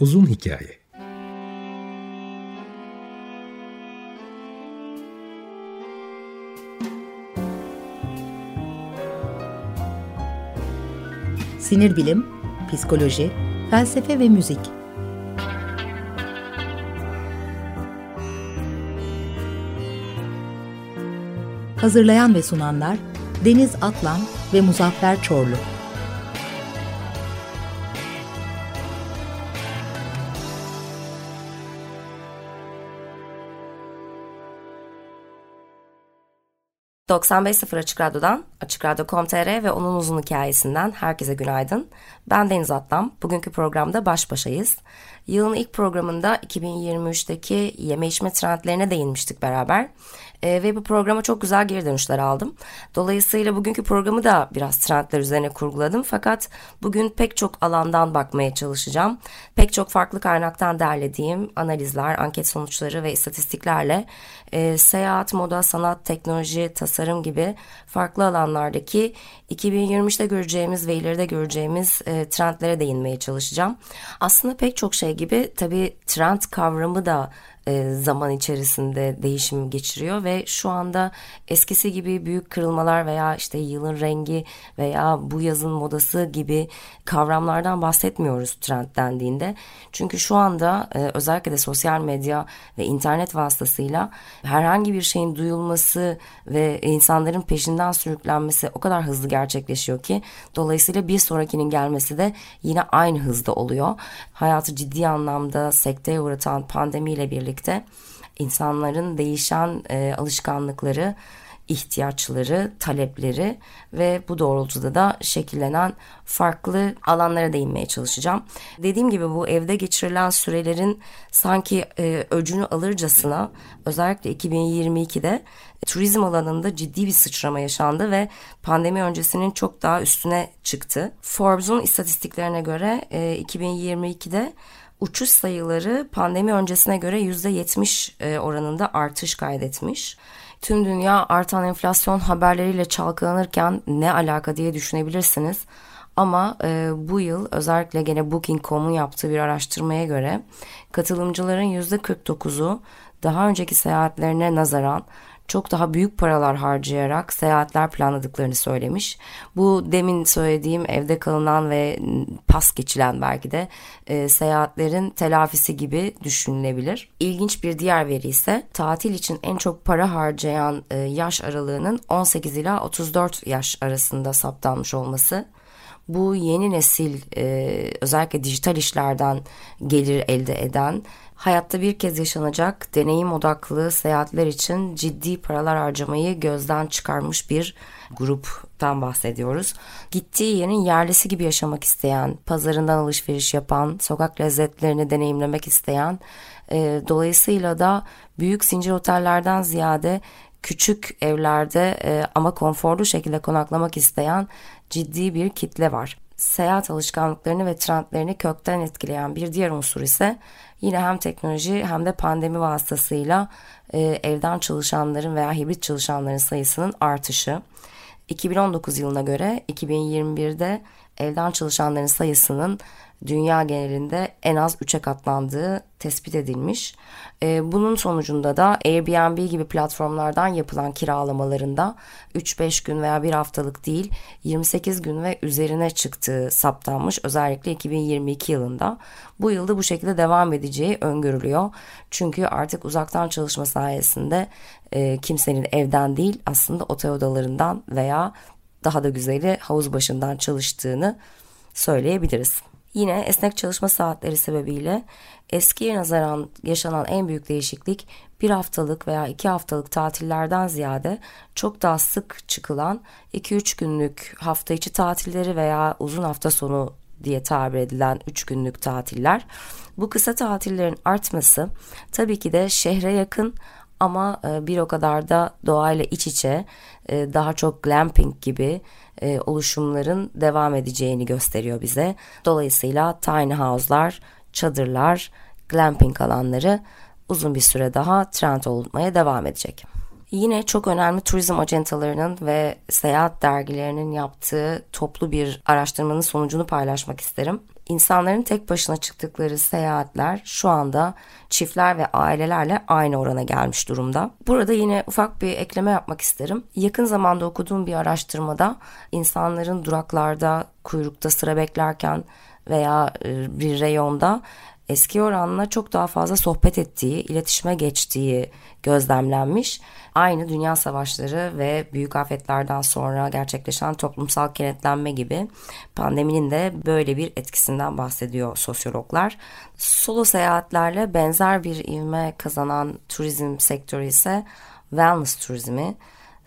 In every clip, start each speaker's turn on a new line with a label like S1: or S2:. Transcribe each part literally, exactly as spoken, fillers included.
S1: Uzun hikaye.
S2: Sinir bilim, psikoloji, felsefe ve müzik. Hazırlayan ve sunanlar Deniz Atlan ve Muzaffer Çorlu.
S3: doksan beş nokta sıfır Açık Radyo'dan, Açık Radyo nokta com nokta tr ve onun uzun hikayesinden herkese günaydın. Ben Deniz Atlan. Bugünkü programda baş başayız. Yılın ilk programında iki bin yirmi üçteki yeme içme trendlerine değinmiştik beraber. Ee, ve bu programa çok güzel geri dönüşler aldım. Dolayısıyla bugünkü programı da biraz trendler üzerine kurguladım. Fakat bugün pek çok alandan bakmaya çalışacağım. Pek çok farklı kaynaktan derlediğim analizler, anket sonuçları ve istatistiklerle e, seyahat, moda, sanat, teknoloji, tasarım gibi farklı alanlardaki iki bin yirmi üçte göreceğimiz ve ileride göreceğimiz e, trendlere değinmeye çalışacağım. Aslında pek çok şey gibi tabii trend kavramı da e, zaman içerisinde değişim geçiriyor ve şu anda eskisi gibi büyük kırılmalar veya işte yılın rengi veya bu yazın modası gibi kavramlardan bahsetmiyoruz trend dendiğinde. Çünkü şu anda e, özellikle de sosyal medya ve internet vasıtasıyla herhangi bir şeyin duyulması ve insanların peşinden sürüklenmesi o kadar hızlı gerçekleşiyor ki dolayısıyla bir sonrakinin gelmesi de yine aynı hızda oluyor. Hayatı ciddi anlamda sekteye uğratan pandemiyle birlikte insanların değişen e, alışkanlıkları, ihtiyaçları, talepleri ve bu doğrultuda da şekillenen farklı alanlara değinmeye çalışacağım. Dediğim gibi bu evde geçirilen sürelerin sanki e, öcünü alırcasına özellikle iki bin yirmi ikide turizm alanında ciddi bir sıçrama yaşandı ve pandemi öncesinin çok daha üstüne çıktı. Forbes'un istatistiklerine göre e, iki bin yirmi ikide uçuş sayıları pandemi öncesine göre yüzde yetmiş oranında artış kaydetmiş. Tüm dünya artan enflasyon haberleriyle çalkalanırken ne alaka diye düşünebilirsiniz. Ama e, bu yıl özellikle gene booking nokta com'un yaptığı bir araştırmaya göre katılımcıların yüzde kırk dokuzu daha önceki seyahatlerine nazaran çok daha büyük paralar harcayarak seyahatler planladıklarını söylemiş. Bu demin söylediğim evde kalınan ve pas geçilen belki de e, seyahatlerin telafisi gibi düşünülebilir. İlginç bir diğer veri ise tatil için en çok para harcayan e, yaş aralığının on sekiz ila otuz dört yaş arasında saptanmış olması. Bu yeni nesil e, özellikle dijital işlerden gelir elde eden, hayatta bir kez yaşanacak deneyim odaklı seyahatler için ciddi paralar harcamayı gözden çıkarmış bir gruptan bahsediyoruz. Gittiği yerin yerlisi gibi yaşamak isteyen, pazarından alışveriş yapan, sokak lezzetlerini deneyimlemek isteyen, e, dolayısıyla da büyük zincir otellerden ziyade küçük evlerde e, ama konforlu şekilde konaklamak isteyen ciddi bir kitle var. Seyahat alışkanlıklarını ve trendlerini kökten etkileyen bir diğer unsur ise yine hem teknoloji hem de pandemi vasıtasıyla e, evden çalışanların veya hibrit çalışanların sayısının artışı. iki bin on dokuz yılına göre iki bin yirmi birde evden çalışanların sayısının dünya genelinde en az üçe katlandığı tespit edilmiş. Ee, bunun sonucunda da Airbnb gibi platformlardan yapılan kiralamalarında üç beş gün veya bir haftalık değil yirmi sekiz gün ve üzerine çıktığı saptanmış özellikle iki bin yirmi iki yılında. Bu yılda bu şekilde devam edeceği öngörülüyor. Çünkü artık uzaktan çalışma sayesinde e, kimsenin evden değil aslında otel odalarından veya daha da güzeli havuz başından çalıştığını söyleyebiliriz. Yine esnek çalışma saatleri sebebiyle eskiye nazaran yaşanan en büyük değişiklik bir haftalık veya iki haftalık tatillerden ziyade çok daha sık çıkılan iki üç günlük hafta içi tatilleri veya uzun hafta sonu diye tabir edilen üç günlük tatiller. Bu kısa tatillerin artması tabii ki de şehre yakın ama bir o kadar da doğayla iç içe daha çok glamping gibi oluşumların devam edeceğini gösteriyor bize. Dolayısıyla tiny house'lar, çadırlar, glamping alanları uzun bir süre daha trend olmaya devam edecek. Yine çok önemli turizm ajantalarının ve seyahat dergilerinin yaptığı toplu bir araştırmanın sonucunu paylaşmak isterim. İnsanların tek başına çıktıkları seyahatler şu anda çiftler ve ailelerle aynı orana gelmiş durumda. Burada yine ufak bir ekleme yapmak isterim. Yakın zamanda okuduğum bir araştırmada insanların duraklarda, kuyrukta sıra beklerken veya bir reyonda eski oranla çok daha fazla sohbet ettiği, iletişime geçtiği gözlemlenmiş. Aynı dünya savaşları ve büyük afetlerden sonra gerçekleşen toplumsal kenetlenme gibi pandeminin de böyle bir etkisinden bahsediyor sosyologlar. Solo seyahatlerle benzer bir ivme kazanan turizm sektörü ise wellness turizmi.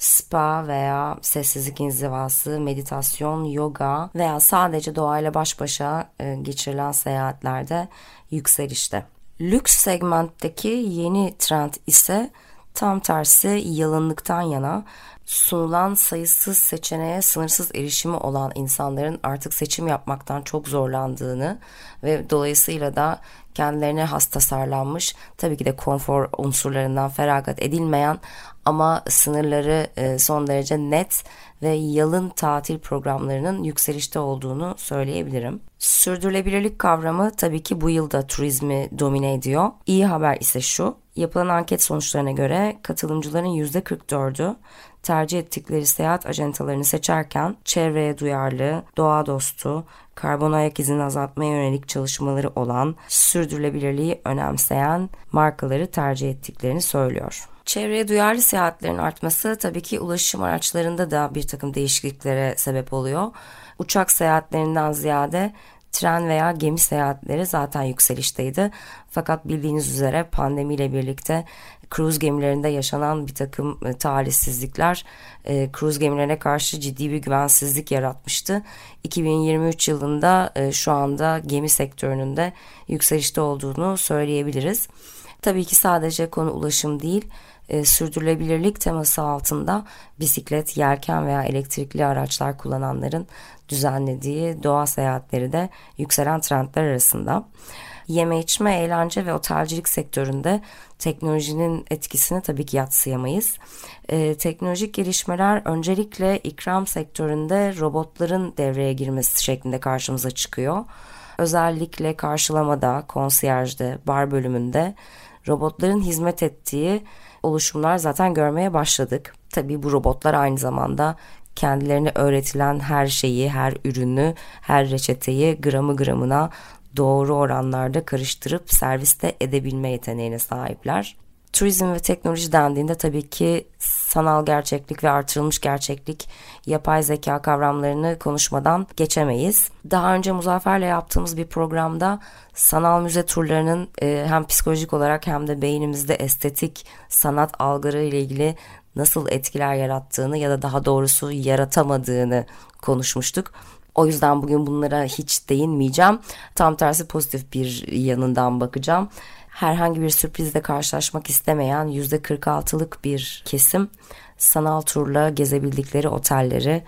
S3: Spa veya sessizlik inzivası, meditasyon, yoga veya sadece doğayla baş başa geçirilen seyahatlerde yükselişte. Lüks segmentteki yeni trend ise tam tersi yalınlıktan yana, sunulan sayısız seçeneğe sınırsız erişimi olan insanların artık seçim yapmaktan çok zorlandığını ve dolayısıyla da kendilerine has tasarlanmış, tabii ki de konfor unsurlarından feragat edilmeyen ama sınırları son derece net ve yalın tatil programlarının yükselişte olduğunu söyleyebilirim. Sürdürülebilirlik kavramı tabii ki bu yılda turizmi domine ediyor. İyi haber ise şu, yapılan anket sonuçlarına göre katılımcıların yüzde kırk dördü tercih ettikleri seyahat ajantalarını seçerken çevreye duyarlı, doğa dostu, karbon ayak izini azaltmaya yönelik çalışmaları olan, sürdürülebilirliği önemseyen markaları tercih ettiklerini söylüyor. Çevreye duyarlı seyahatlerin artması tabii ki ulaşım araçlarında da bir takım değişikliklere sebep oluyor. Uçak seyahatlerinden ziyade tren veya gemi seyahatleri zaten yükselişteydi. Fakat bildiğiniz üzere pandemiyle birlikte kruz gemilerinde yaşanan bir takım e, talihsizlikler e, kruz gemilerine karşı ciddi bir güvensizlik yaratmıştı. iki bin yirmi üç yılında e, şu anda gemi sektörünün de yükselişte olduğunu söyleyebiliriz. Tabii ki sadece konu ulaşım değil, e, sürdürülebilirlik teması altında bisiklet, yelken veya elektrikli araçlar kullananların düzenlediği doğa seyahatleri de yükselen trendler arasında. Yeme içme, eğlence ve otelcilik sektöründe teknolojinin etkisini tabii ki yadsıyamayız. Ee, teknolojik gelişmeler öncelikle ikram sektöründe robotların devreye girmesi şeklinde karşımıza çıkıyor. Özellikle karşılamada, konsiyerjde, bar bölümünde robotların hizmet ettiği oluşumlar zaten görmeye başladık. Tabii bu robotlar aynı zamanda kendilerine öğretilen her şeyi, her ürünü, her reçeteyi gramı gramına doğru oranlarda karıştırıp serviste edebilme yeteneğine sahipler. Turizm ve teknoloji dendiğinde tabii ki sanal gerçeklik ve artırılmış gerçeklik, yapay zeka kavramlarını konuşmadan geçemeyiz. Daha önce Muzaffer'le yaptığımız bir programda sanal müze turlarının e, hem psikolojik olarak hem de beynimizde estetik sanat algıları ile ilgili nasıl etkiler yarattığını ya da daha doğrusu yaratamadığını konuşmuştuk. O yüzden bugün bunlara hiç değinmeyeceğim. Tam tersi pozitif bir yanından bakacağım. Herhangi bir sürprizle karşılaşmak istemeyen yüzde kırk altılık bir kesim sanal turla gezebildikleri otelleri,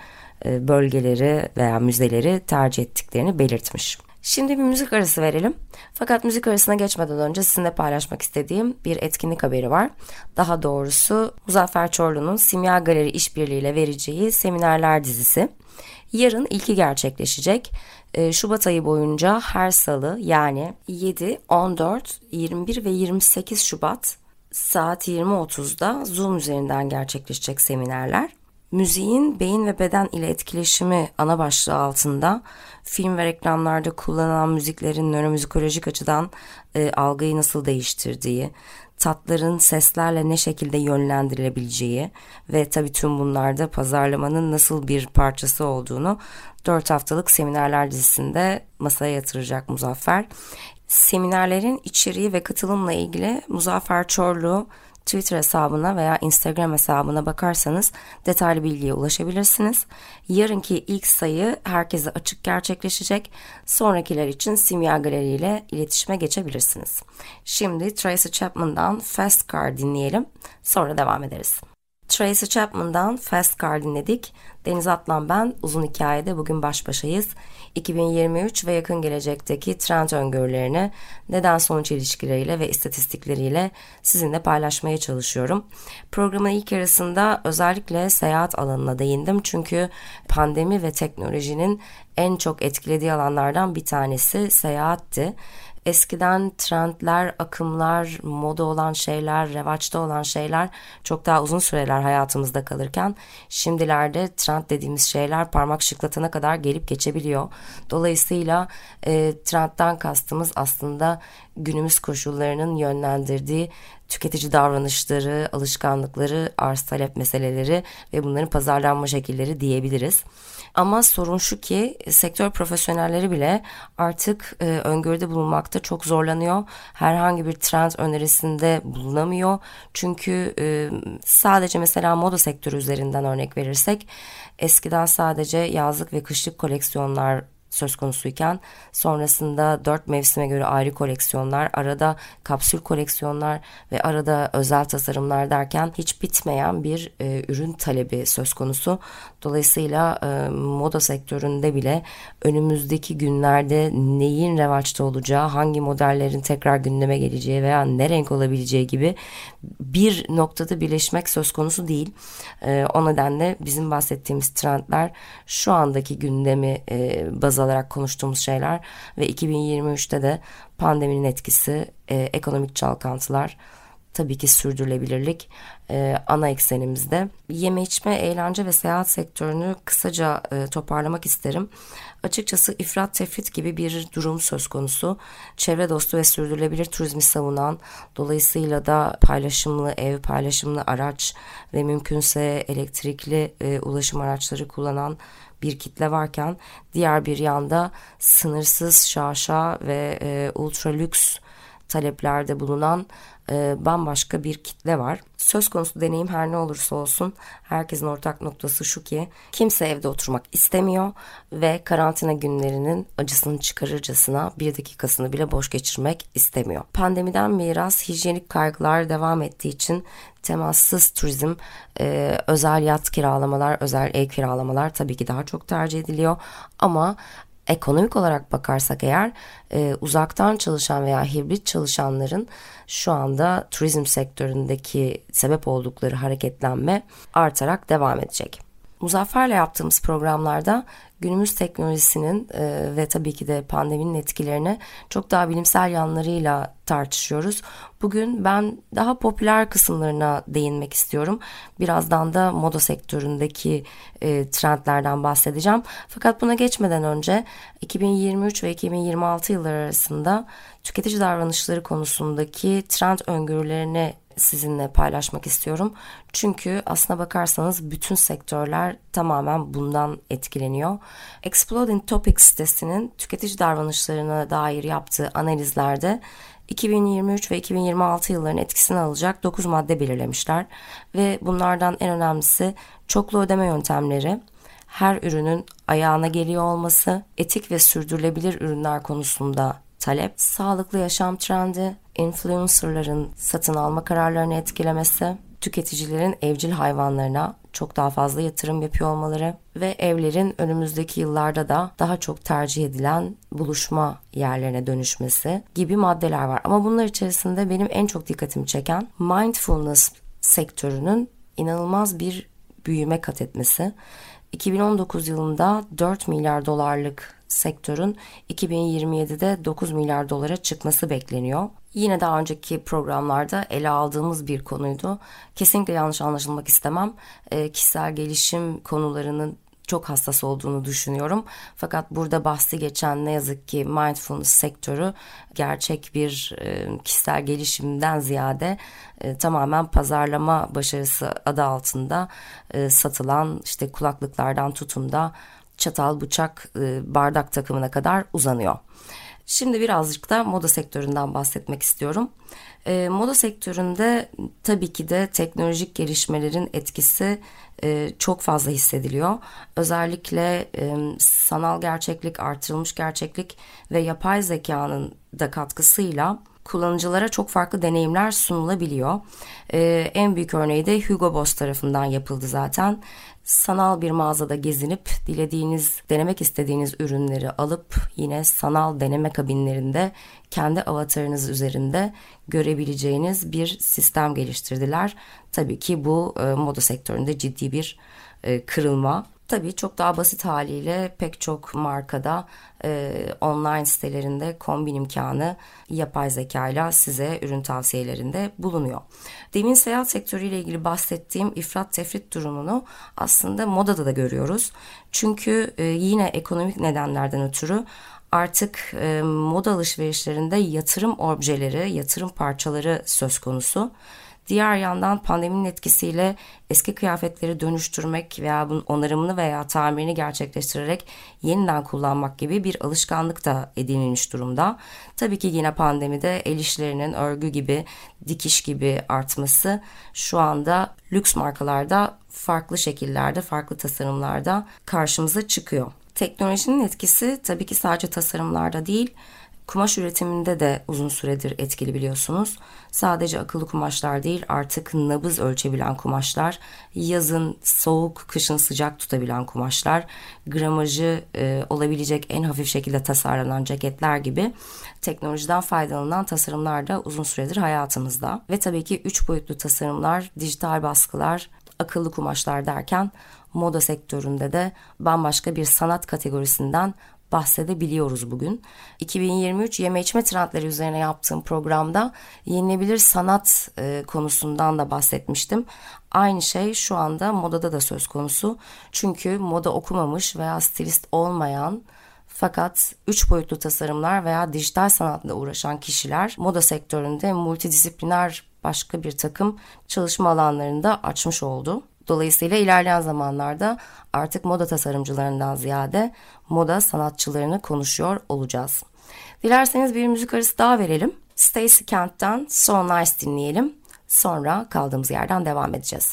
S3: bölgeleri veya müzeleri tercih ettiklerini belirtmiş. Şimdi bir müzik arası verelim. Fakat müzik arasına geçmeden önce sizinle paylaşmak istediğim bir etkinlik haberi var. Daha doğrusu Muzaffer Çorlu'nun Simya Galeri işbirliğiyle vereceği seminerler dizisi. Yarın ilki gerçekleşecek. Şubat ayı boyunca her salı yani yedi, on dört, yirmi bir ve yirmi sekiz Şubat saat yirmi otuzda Zoom üzerinden gerçekleşecek seminerler. Müziğin beyin ve beden ile etkileşimi ana başlığı altında film ve reklamlarda kullanılan müziklerin nöromüzikolojik açıdan e, algıyı nasıl değiştirdiği, tatların seslerle ne şekilde yönlendirilebileceği ve tabii tüm bunlarda pazarlamanın nasıl bir parçası olduğunu dört haftalık seminerler dizisinde masaya yatıracak Muzaffer. Seminerlerin içeriği ve katılımla ilgili Muzaffer Çorlu Twitter hesabına veya Instagram hesabına bakarsanız detaylı bilgiye ulaşabilirsiniz. Yarınki ilk sayı herkese açık gerçekleşecek. Sonrakiler için Simya Galeri ile iletişime geçebilirsiniz. Şimdi Tracy Chapman'dan Fast Car dinleyelim. Sonra devam ederiz. Tracy Chapman'dan Fast Car dinledik. Deniz Atlan ben. Uzun hikayede bugün baş başayız. iki bin yirmi üç ve yakın gelecekteki trend öngörülerini neden sonuç ilişkileriyle ve istatistikleriyle sizinle paylaşmaya çalışıyorum. Programın ilk yarısında özellikle seyahat alanına değindim. Çünkü pandemi ve teknolojinin en çok etkilediği alanlardan bir tanesi seyahatti. Eskiden trendler, akımlar, moda olan şeyler, revaçta olan şeyler çok daha uzun süreler hayatımızda kalırken şimdilerde trend dediğimiz şeyler parmak şıklatana kadar gelip geçebiliyor. Dolayısıyla e, trendten kastımız aslında günümüz koşullarının yönlendirdiği tüketici davranışları, alışkanlıkları, arz talep meseleleri ve bunların pazarlanma şekilleri diyebiliriz. Ama sorun şu ki sektör profesyonelleri bile artık e, öngörüde bulunmakta çok zorlanıyor. Herhangi bir trend önerisinde bulunamıyor. Çünkü e, sadece mesela moda sektörü üzerinden örnek verirsek eskiden sadece yazlık ve kışlık koleksiyonlar söz konusuyken sonrasında dört mevsime göre ayrı koleksiyonlar, arada kapsül koleksiyonlar ve arada özel tasarımlar derken hiç bitmeyen bir e, ürün talebi söz konusu. Dolayısıyla e, moda sektöründe bile önümüzdeki günlerde neyin revaçta olacağı, hangi modellerin tekrar gündeme geleceği veya ne renk olabileceği gibi bir noktada birleşmek söz konusu değil. E, o nedenle bizim bahsettiğimiz trendler şu andaki gündemi e, baz alarak konuştuğumuz şeyler ve iki bin yirmi üçte de pandeminin etkisi, e, ekonomik çalkantılar, tabii ki sürdürülebilirlik e, ana eksenimizde. Yeme içme, eğlence ve seyahat sektörünü kısaca e, toparlamak isterim. Açıkçası ifrat tefrit gibi bir durum söz konusu. Çevre dostu ve sürdürülebilir turizmi savunan, dolayısıyla da paylaşımlı ev, paylaşımlı araç ve mümkünse elektrikli e, ulaşım araçları kullanan bir kitle varken diğer bir yanda sınırsız şaşa ve e, ultra lüks taleplerde bulunan e, bambaşka bir kitle var. Söz konusu deneyim her ne olursa olsun herkesin ortak noktası şu ki kimse evde oturmak istemiyor ve karantina günlerinin acısını çıkarırcasına bir dakikasını bile boş geçirmek istemiyor. Pandemiden miras hijyenik kaygılar devam ettiği için temassız turizm, e, özel yat kiralamalar, özel ev kiralamalar tabii ki daha çok tercih ediliyor ama ekonomik olarak bakarsak eğer e, uzaktan çalışan veya hibrit çalışanların şu anda turizm sektöründeki sebep oldukları hareketlenme artarak devam edecek. Muzaffer'le yaptığımız programlarda günümüz teknolojisinin e, ve tabii ki de pandeminin etkilerini çok daha bilimsel yanlarıyla tartışıyoruz. Bugün ben daha popüler kısımlarına değinmek istiyorum. Birazdan da moda sektöründeki e, trendlerden bahsedeceğim. Fakat buna geçmeden önce iki bin yirmi üç ve iki bin yirmi altı yılları arasında tüketici davranışları konusundaki trend öngörülerini sizinle paylaşmak istiyorum. Çünkü aslına bakarsanız bütün sektörler tamamen bundan etkileniyor. Exploding Topics sitesinin tüketici davranışlarına dair yaptığı analizlerde iki bin yirmi üç ve iki bin yirmi altı yıllarının etkisini alacak dokuz madde belirlemişler ve bunlardan en önemlisi çoklu ödeme yöntemleri, her ürünün ayağına geliyor olması, etik ve sürdürülebilir ürünler konusunda talep, sağlıklı yaşam trendi, influencerların satın alma kararlarını etkilemesi, tüketicilerin evcil hayvanlarına çok daha fazla yatırım yapıyor olmaları ve evlerin önümüzdeki yıllarda da daha çok tercih edilen buluşma yerlerine dönüşmesi gibi maddeler var. Ama bunlar içerisinde benim en çok dikkatimi çeken mindfulness sektörünün inanılmaz bir büyüme kat etmesi. iki bin on dokuz yılında dört milyar dolarlık sektörün iki bin yirmi yedide dokuz milyar dolara çıkması bekleniyor. Yine daha önceki programlarda ele aldığımız bir konuydu. Kesinlikle yanlış anlaşılmak istemem. E, kişisel gelişim konularının çok hassas olduğunu düşünüyorum. Fakat burada bahsi geçen ne yazık ki mindfulness sektörü gerçek bir e, kişisel gelişimden ziyade e, tamamen pazarlama başarısı adı altında e, satılan işte kulaklıklardan tutun da çatal, bıçak, e, bardak takımına kadar uzanıyor. Şimdi birazcık da moda sektöründen bahsetmek istiyorum. E, moda sektöründe tabii ki de teknolojik gelişmelerin etkisi e, çok fazla hissediliyor. Özellikle e, sanal gerçeklik, artırılmış gerçeklik ve yapay zekanın da katkısıyla kullanıcılara çok farklı deneyimler sunulabiliyor. Ee, en büyük örneği de Hugo Boss tarafından yapıldı zaten. Sanal bir mağazada gezinip dilediğiniz, denemek istediğiniz ürünleri alıp yine sanal deneme kabinlerinde kendi avatarınız üzerinde görebileceğiniz bir sistem geliştirdiler. Tabii ki bu e, moda sektöründe ciddi bir e, kırılma. Tabii çok daha basit haliyle pek çok markada e, online sitelerinde kombin imkanı yapay zekayla size ürün tavsiyelerinde bulunuyor. Demin seyahat sektörüyle ilgili bahsettiğim ifrat tefrit durumunu aslında modada da görüyoruz. Çünkü e, yine ekonomik nedenlerden ötürü artık e, moda alışverişlerinde yatırım objeleri, yatırım parçaları söz konusu. Diğer yandan pandeminin etkisiyle eski kıyafetleri dönüştürmek veya bunun onarımını veya tamirini gerçekleştirerek yeniden kullanmak gibi bir alışkanlık da edinilmiş durumda. Tabii ki yine pandemide el işlerinin örgü gibi, dikiş gibi artması şu anda lüks markalarda farklı şekillerde, farklı tasarımlarda karşımıza çıkıyor. Teknolojinin etkisi tabii ki sadece tasarımlarda değil, kumaş üretiminde de uzun süredir etkili biliyorsunuz. Sadece akıllı kumaşlar değil, artık nabız ölçebilen kumaşlar, yazın soğuk, kışın sıcak tutabilen kumaşlar, gramajı e, olabilecek en hafif şekilde tasarlanan ceketler gibi teknolojiden faydalanan tasarımlar da uzun süredir hayatımızda. Ve tabii ki üç boyutlu tasarımlar, dijital baskılar, akıllı kumaşlar derken moda sektöründe de bambaşka bir sanat kategorisinden bahsedebiliyoruz bugün. iki bin yirmi üç yeme içme trendleri üzerine yaptığım programda yenilebilir sanat e, konusundan da bahsetmiştim. Aynı şey şu anda modada da söz konusu. Çünkü moda okumamış veya stilist olmayan fakat üç boyutlu tasarımlar veya dijital sanatla uğraşan kişiler moda sektöründe multidisipliner başka bir takım çalışma alanlarında açmış oldu. Dolayısıyla ilerleyen zamanlarda artık moda tasarımcılarından ziyade moda sanatçılarını konuşuyor olacağız. Dilerseniz bir müzik arası daha verelim. Stacey Kent'ten So Nice dinleyelim. Sonra kaldığımız yerden devam edeceğiz.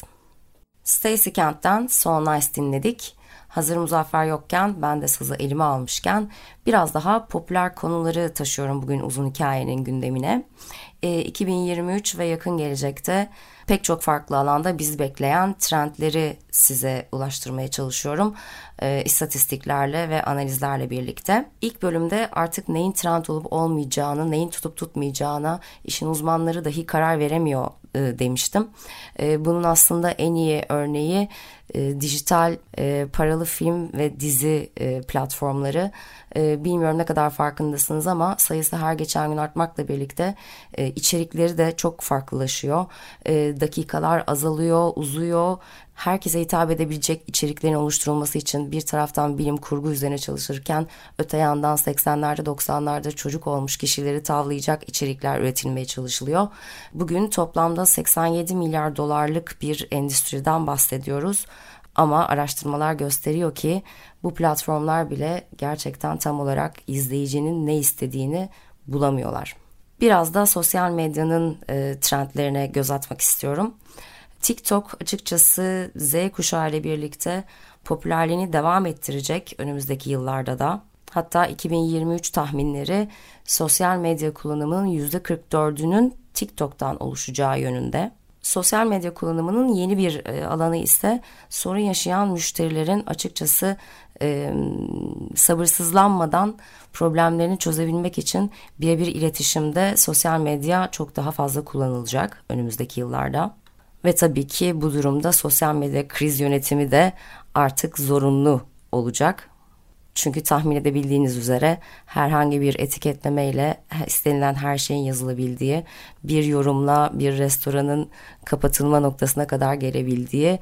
S3: Stacey Kent'ten So Nice dinledik. Hazır Muzaffer yokken, ben de sazı elime almışken biraz daha popüler konuları taşıyorum bugün uzun hikayenin gündemine. E, iki bin yirmi üç ve yakın gelecekte pek çok farklı alanda bizi bekleyen trendleri size ulaştırmaya çalışıyorum. E, istatistiklerle ve analizlerle birlikte. İlk bölümde artık neyin trend olup olmayacağını, neyin tutup tutmayacağına işin uzmanları dahi karar veremiyor e, demiştim. E, bunun aslında en iyi örneği e, dijital e, paralı film ve dizi e, platformları. E, bilmiyorum ne kadar farkındasınız ama sayısı her geçen gün artmakla birlikte e, içerikleri de çok farklılaşıyor. E, dakikalar azalıyor, uzuyor. Herkese hitap edebilecek içeriklerin oluşturulması için bir taraftan bilim kurgu üzerine çalışırken öte yandan seksenlerde doksanlarda çocuk olmuş kişileri tavlayacak içerikler üretilmeye çalışılıyor. Bugün toplamda seksen yedi milyar dolarlık bir endüstriden bahsediyoruz. Ama araştırmalar gösteriyor ki bu platformlar bile gerçekten tam olarak izleyicinin ne istediğini bulamıyorlar. Biraz da sosyal medyanın e, trendlerine göz atmak istiyorum. TikTok açıkçası Z kuşağı ile birlikte popülerliğini devam ettirecek önümüzdeki yıllarda da. Hatta iki bin yirmi üç tahminleri sosyal medya kullanımının yüzde kırk dördünün TikTok'tan oluşacağı yönünde. Sosyal medya kullanımının yeni bir e, alanı ise sorun yaşayan müşterilerin açıkçası e, sabırsızlanmadan problemlerini çözebilmek için birebir iletişimde sosyal medya çok daha fazla kullanılacak önümüzdeki yıllarda. Ve tabii ki bu durumda sosyal medya kriz yönetimi de artık zorunlu olacak. Çünkü tahmin edebildiğiniz üzere herhangi bir etiketlemeyle istenilen her şeyin yazılabildiği, bir yorumla bir restoranın kapatılma noktasına kadar gelebildiği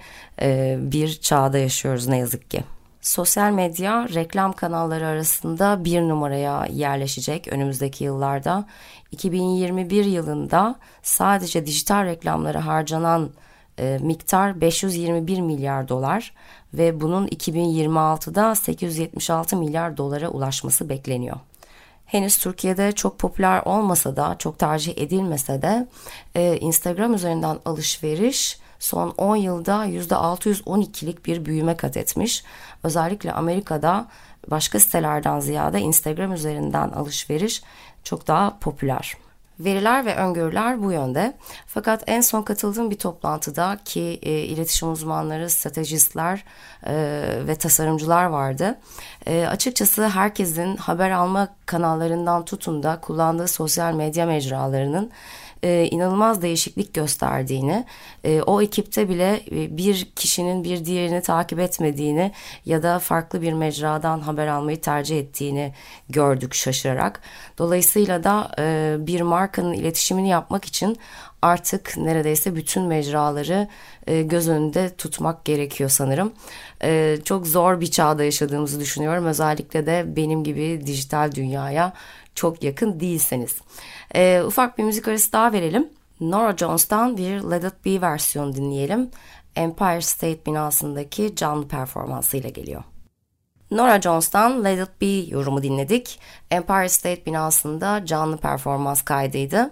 S3: bir çağda yaşıyoruz ne yazık ki. Sosyal medya reklam kanalları arasında bir numaraya yerleşecek önümüzdeki yıllarda. iki bin yirmi bir yılında sadece dijital reklamlara harcanan e, miktar beş yüz yirmi bir milyar dolar ve bunun iki bin yirmi altıda sekiz yüz yetmiş altı milyar dolara ulaşması bekleniyor. Henüz Türkiye'de çok popüler olmasa da, çok tercih edilmese de e, Instagram üzerinden alışveriş son on yılda yüzde altı yüz on ikilik bir büyüme kat etmiş. Özellikle Amerika'da başka sitelerden ziyade Instagram üzerinden alışveriş çok daha popüler. Veriler ve öngörüler bu yönde. Fakat en son katıldığım bir toplantıda ki e, iletişim uzmanları, stratejistler e, ve tasarımcılar vardı. E, açıkçası herkesin haber alma kanallarından tutun da kullandığı sosyal medya mecralarının e, inanılmaz değişiklik gösterdiğini, e, o ekipte bile e, bir kişinin bir diğerini takip etmediğini ya da farklı bir mecradan haber almayı tercih ettiğini gördük şaşırarak. Dolayısıyla da e, bir markanın iletişimini yapmak için artık neredeyse bütün mecraları e, göz önünde tutmak gerekiyor sanırım. E, çok zor bir çağda yaşadığımızı düşünüyorum. Özellikle de benim gibi dijital dünyaya çok yakın değilseniz. E, ufak bir müzik arası daha verelim. Norah Jones'tan bir Let It Be versiyonu dinleyelim. Empire State binasındaki canlı performansıyla geliyor. Norah Jones'tan Let It Be yorumu dinledik. Empire State binasında canlı performans kaydıydı.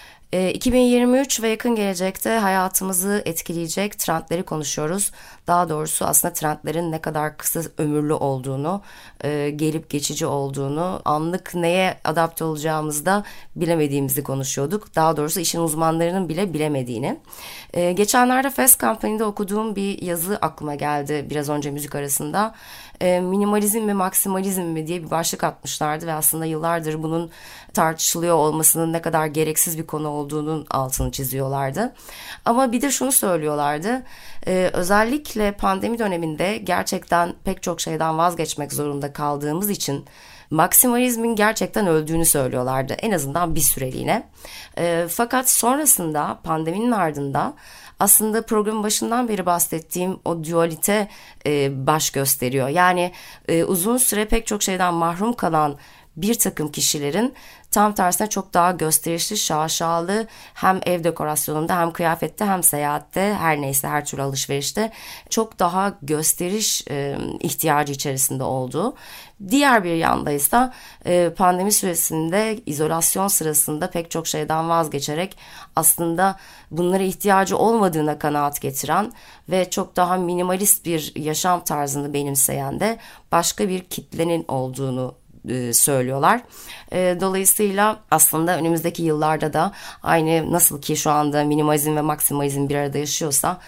S3: iki bin yirmi üç ve yakın gelecekte hayatımızı etkileyecek trendleri konuşuyoruz. Daha doğrusu aslında trendlerin ne kadar kısa ömürlü olduğunu, gelip geçici olduğunu, anlık neye adapte olacağımızı da bilemediğimizi konuşuyorduk. Daha doğrusu işin uzmanlarının bile bilemediğini. Geçenlerde Fast Company'de okuduğum bir yazı aklıma geldi biraz önce müzik arasında. Minimalizm mi maksimalizm mi diye bir başlık atmışlardı ve aslında yıllardır bunun tartışılıyor olmasının ne kadar gereksiz bir konu olduğunun altını çiziyorlardı. Ama bir de şunu söylüyorlardı, ee, özellikle pandemi döneminde gerçekten pek çok şeyden vazgeçmek zorunda kaldığımız için maksimalizmin gerçekten öldüğünü söylüyorlardı, en azından bir süreliğine. Ee, fakat sonrasında pandeminin ardında aslında programın başından beri bahsettiğim o dualite e, baş gösteriyor. Yani e, uzun süre pek çok şeyden mahrum kalan bir takım kişilerin tam tersine çok daha gösterişli, şaşalı, hem ev dekorasyonunda hem kıyafette hem seyahatte, her neyse her türlü alışverişte çok daha gösteriş e, ihtiyacı içerisinde olduğu. Diğer bir yandaysa e, pandemi süresinde izolasyon sırasında pek çok şeyden vazgeçerek aslında bunlara ihtiyacı olmadığına kanaat getiren ve çok daha minimalist bir yaşam tarzını benimseyen de başka bir kitlenin olduğunu söylüyorlar. Dolayısıyla aslında önümüzdeki yıllarda da aynı nasıl ki şu anda minimalizm ve maksimalizm bir arada yaşıyorsa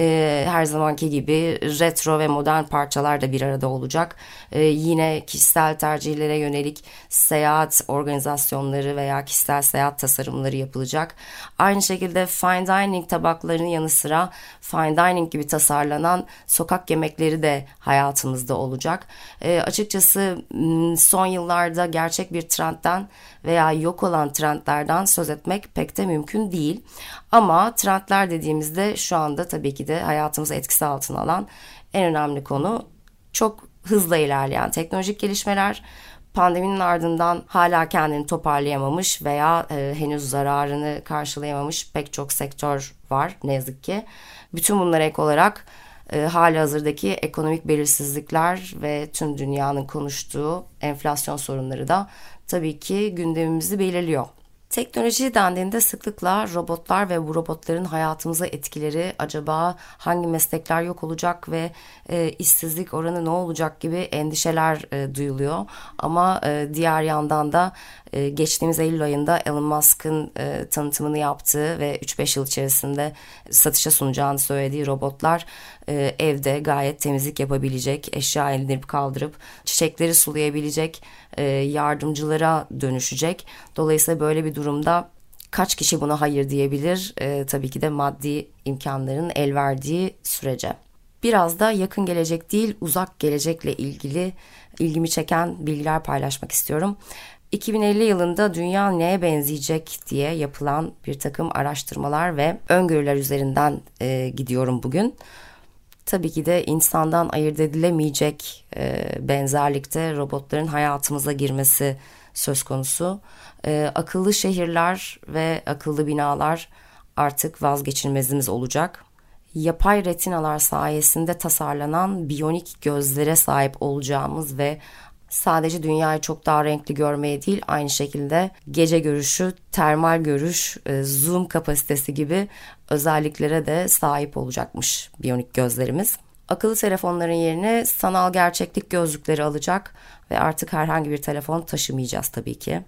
S3: her zamanki gibi retro ve modern parçalar da bir arada olacak. Yine kişisel tercihlere yönelik seyahat organizasyonları veya kişisel seyahat tasarımları yapılacak. Aynı şekilde fine dining tabaklarının yanı sıra fine dining gibi tasarlanan sokak yemekleri de hayatımızda olacak. Açıkçası son yıllarda gerçek bir trendten veya yok olan trendlerden söz etmek pek de mümkün değil. Ama trendler dediğimizde şu anda tabii ki de hayatımızı etkisi altına alan en önemli konu çok hızla ilerleyen teknolojik gelişmeler. Pandeminin ardından hala kendini toparlayamamış veya e, henüz zararını karşılayamamış pek çok sektör var ne yazık ki. Bütün bunlara ek olarak e, halihazırdaki ekonomik belirsizlikler ve tüm dünyanın konuştuğu enflasyon sorunları da tabii ki gündemimizi belirliyor. Teknoloji dendiğinde sıklıkla robotlar ve bu robotların hayatımıza etkileri, acaba hangi meslekler yok olacak ve e, işsizlik oranı ne olacak gibi endişeler e, duyuluyor. Ama e, diğer yandan da e, geçtiğimiz Eylül ayında Elon Musk'ın e, tanıtımını yaptığı ve üç beş yıl içerisinde satışa sunacağını söylediği robotlar e, evde gayet temizlik yapabilecek, eşya indirip kaldırıp çiçekleri sulayabilecek e, yardımcılara dönüşecek. Dolayısıyla böyle bir durumda kaç kişi buna hayır diyebilir? E, tabii ki de maddi imkanların el verdiği sürece. Biraz da yakın gelecek değil, uzak gelecekle ilgili ilgimi çeken bilgiler paylaşmak istiyorum. iki bin elli yılında dünya neye benzeyecek diye yapılan bir takım araştırmalar ve öngörüler üzerinden e, gidiyorum bugün. Tabii ki de insandan ayırt edilemeyecek e, benzerlikte robotların hayatımıza girmesi söz konusu. E, akıllı şehirler ve akıllı binalar artık vazgeçilmezimiz olacak. Yapay retinalar sayesinde tasarlanan biyonik gözlere sahip olacağımız ve sadece dünyayı çok daha renkli görmeye değil, aynı şekilde gece görüşü, termal görüş, zoom kapasitesi gibi özelliklere de sahip olacakmış biyonik gözlerimiz. Akıllı telefonların yerine sanal gerçeklik gözlükleri alacak ve artık herhangi bir telefon taşımayacağız tabii ki.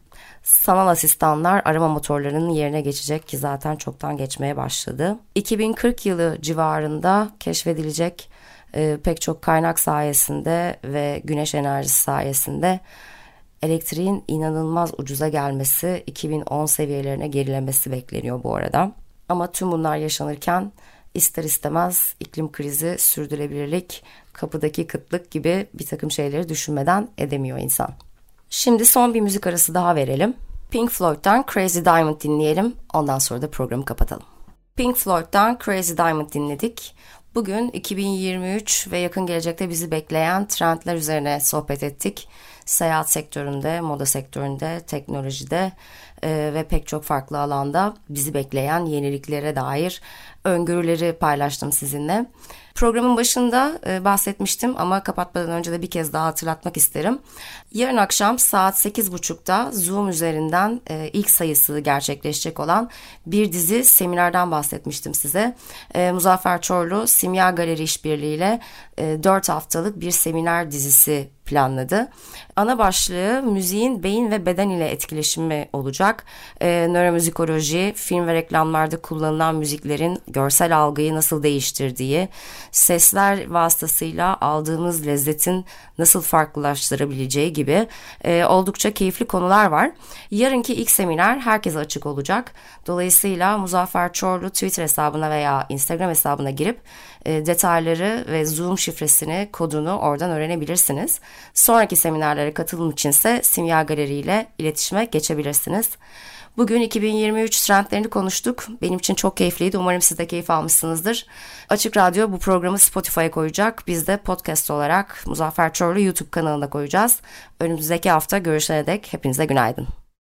S3: Sanal asistanlar arama motorlarının yerine geçecek ki zaten çoktan geçmeye başladı. iki bin kırk yılı civarında keşfedilecek e, pek çok kaynak sayesinde ve güneş enerjisi sayesinde elektriğin inanılmaz ucuza gelmesi, iki bin on seviyelerine gerilemesi bekleniyor bu arada. Ama tüm bunlar yaşanırken ister istemez iklim krizi, sürdürülebilirlik, kapıdaki kıtlık gibi bir takım şeyleri düşünmeden edemiyor insan. Şimdi son bir müzik arası daha verelim. Pink Floyd'dan Crazy Diamond dinleyelim. Ondan sonra da programı kapatalım. Pink Floyd'dan Crazy Diamond dinledik. Bugün iki bin yirmi üç ve yakın gelecekte bizi bekleyen trendler üzerine sohbet ettik. Seyahat sektöründe, moda sektöründe, teknolojide e, ve pek çok farklı alanda bizi bekleyen yeniliklere dair öngörüleri paylaştım sizinle. Programın başında e, bahsetmiştim ama kapatmadan önce de bir kez daha hatırlatmak isterim. Yarın akşam saat sekiz buçukta Zoom üzerinden e, ilk sayısı gerçekleşecek olan bir dizi seminerden bahsetmiştim size. E, Muzaffer Çorlu Simya Galeri işbirliğiyle e, dört haftalık bir seminer dizisi planladı. Ana başlığı müziğin beyin ve beden ile etkileşimi olacak. E, nöromüzikoloji, film ve reklamlarda kullanılan müziklerin görsel algıyı nasıl değiştirdiği, sesler vasıtasıyla aldığımız lezzetin nasıl farklılaştırabileceği gibi e, oldukça keyifli konular var. Yarınki ilk seminer herkese açık olacak. Dolayısıyla Muzaffer Çorlu Twitter hesabına veya Instagram hesabına girip e, detayları ve Zoom şifresini, kodunu oradan öğrenebilirsiniz. Sonraki seminerlere katılım içinse Simya Galeri ile iletişime geçebilirsiniz. Bugün iki bin yirmi üç trendlerini konuştuk. Benim için çok keyifliydi. Umarım siz de keyif almışsınızdır. Açık Radyo bu programı Spotify'a koyacak. Biz de podcast olarak Muzaffer Çorlu YouTube kanalına koyacağız. Önümüzdeki hafta görüşene dek hepinize günaydın.